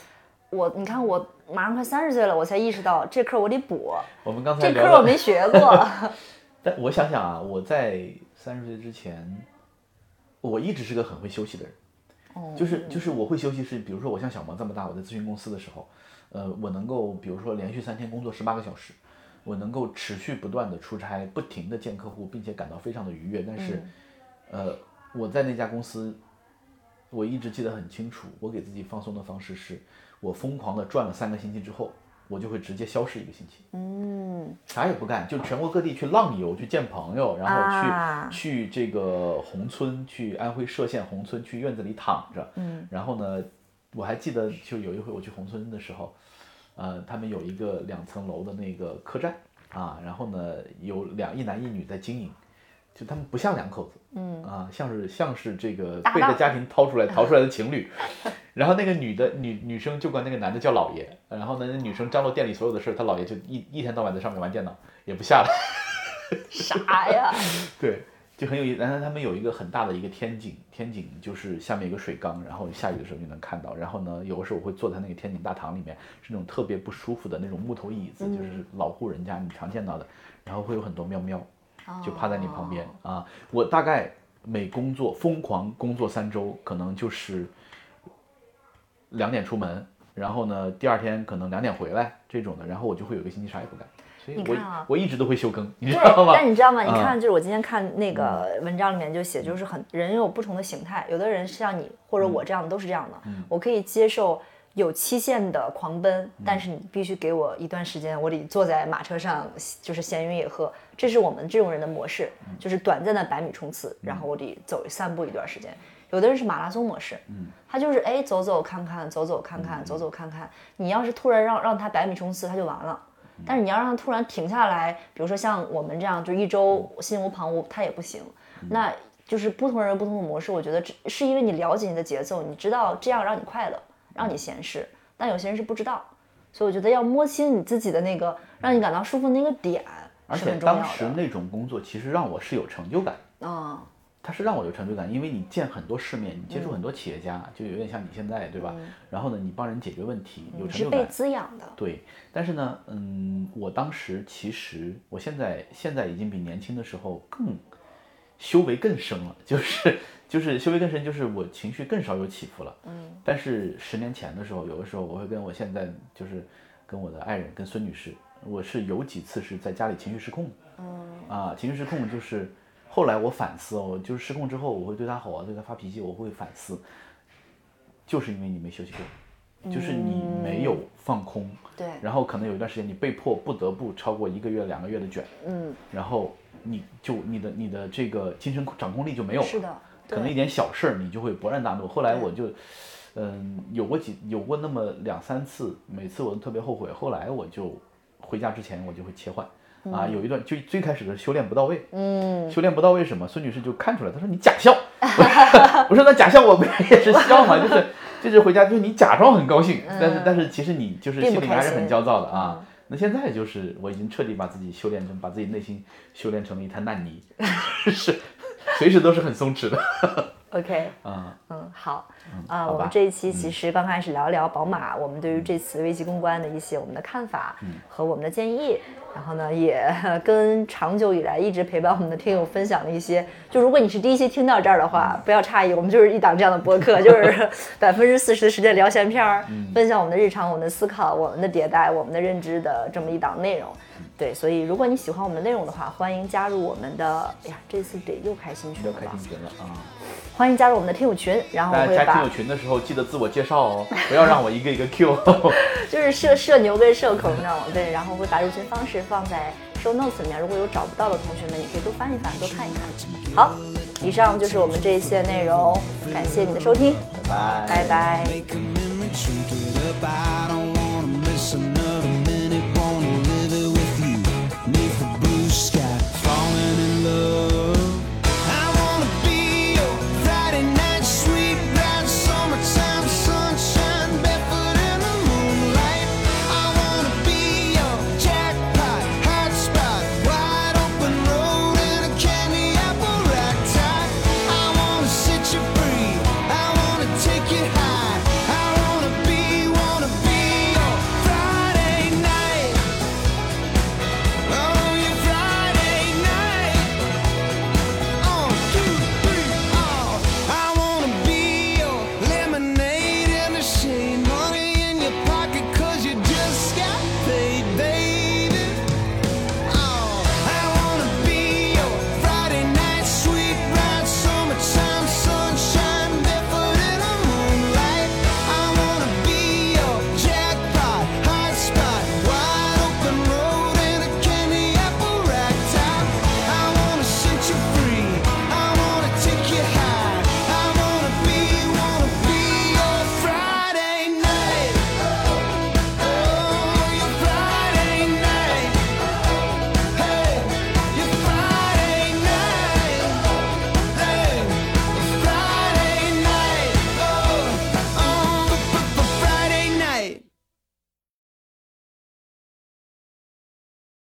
你看我马上快30岁了，我才意识到这课我得补。 我们刚才这课我没学过。 但我想想啊，我在30岁之前，我一直是个很会休息的人。就是我会休息是，比如说我像小萌这么大，我在咨询公司的时候，我能够比如说连续3天工作18个小时，我能够持续不断的出差，不停的见客户，并且感到非常的愉悦。但是，我在那家公司，我一直记得很清楚，我给自己放松的方式是，我疯狂的转了3个星期之后，我就会直接消失1个星期，啥也不干，就全国各地去浪游，去见朋友，然后去这个宏村，去安徽歙县宏村，去院子里躺着，然后呢，我还记得就有一回我去宏村的时候，他们有一个2层楼的那个客栈啊，然后呢有一男一女在经营。就他们不像2口子，像是这个被这家庭逃出来的情侣，然后那个女生就管那个男的叫老爷，然后呢，那女生张罗店里所有的事，他老爷就一天到晚在上面玩电脑，也不下来。 啥呀？ 对，就很有意思。然后他们有一个很大的一个天井就是下面有个水缸，然后下雨的时候就能看到。然后呢，有的时候我会坐在那个天井大堂里面，是那种特别不舒服的那种木头椅子，就是老户人家你常见到的，然后会有很多喵喵。就趴在你旁边啊！我大概每疯狂工作3周，可能就是2点出门，然后呢，第2天可能2点回来这种的，然后我就会有个星期啥也不干，所以我一直都会休更，你知道吗？ 但你知道吗？你看，就是我今天看那个文章里面就写，就是人有不同的形态，有的人像你或者我这样的都是这样的，我可以接受有期限的狂奔，但是你必须给我一段时间，我得坐在马车上，就是闲云野鹤。这是我们这种人的模式，就是短暂的100米冲刺，然后我得散步一段时间。有的人是马拉松模式，他就是走走看看，走走看看，走走看看。你要是突然让他100米冲刺，他就完了。但是你要让他突然停下来，比如说像我们这样，就1周心无旁骛，他也不行。那就是不同人有不同的模式。我觉得是因为你了解你的节奏，你知道这样让你快乐，让你闲适。但有些人是不知道，所以我觉得要摸清你自己的那个让你感到舒服的那个点。 而且当时那种工作其实让我是有成就感它是让我有成就感，因为你见很多世面，你接触很多企业家，就有点像你现在，对吧？然后呢，你帮人解决问题，有成就感， 是被滋养的。 对，但是呢，我当时其实我现在已经比年轻的时候更修为更深了，就是修为更深，就是我情绪更少有起伏了。但是10年前的时候，有的时候我会跟我现在就是跟我的爱人跟孙女士。我是有几次是在家里情绪失控的，情绪失控就是后来我反思，我就是失控之后，我会对他吼啊，对他发脾气，我会反思，就是因为你没休息够，就是你没有放空， 对， 然后可能有一段时间你被迫不得不超过1个月2个月的卷，然后你的这个精神掌控力就没有了， 是的， 可能一点小事你就会勃然大怒。后来我就。有过那么2-3次，每次我都特别后悔。后来我就回家之前我就会切换，有一段就最开始的修炼不到位，修炼不到位什么？孙女士就看出来，她说你假笑，我说那假笑我不也是笑嘛，就是回家就是你假装很高兴，但是其实你就是心里还是很焦躁的啊。那现在就是我已经彻底把自己修炼成，把自己内心修炼成了一滩烂泥，是随时都是很松弛的。 OK， 好，我们这一期其实刚开始聊一聊宝马，我们对于这次危机公关的一些我们的看法和我们的建议，然后呢，也跟长久以来一直陪伴我们的听友分享了一些，就如果你是第一期听到这儿的话，不要诧异，我们就是一档这样的播客，就是40%的时间聊闲篇儿，分享我们的日常、我们的思考、我们的迭代、我们的认知的这么一档内容。对，所以如果你喜欢我们的内容的话，欢迎加入我们的，哎呀，这次得又开新群了吧？ 又开新群了啊！ 欢迎加入我们的听友群，然后大家加听友群的时候记得自我介绍哦，不要让我一个一个 Q。就是社牛跟社恐，你知道吗？对，然后会把入群方式放在 show notes 里面，如果有找不到的同学们，也可以多翻一翻，多看一看。好，以上就是我们这一期的内容，感谢你的收听， 拜拜。 拜拜。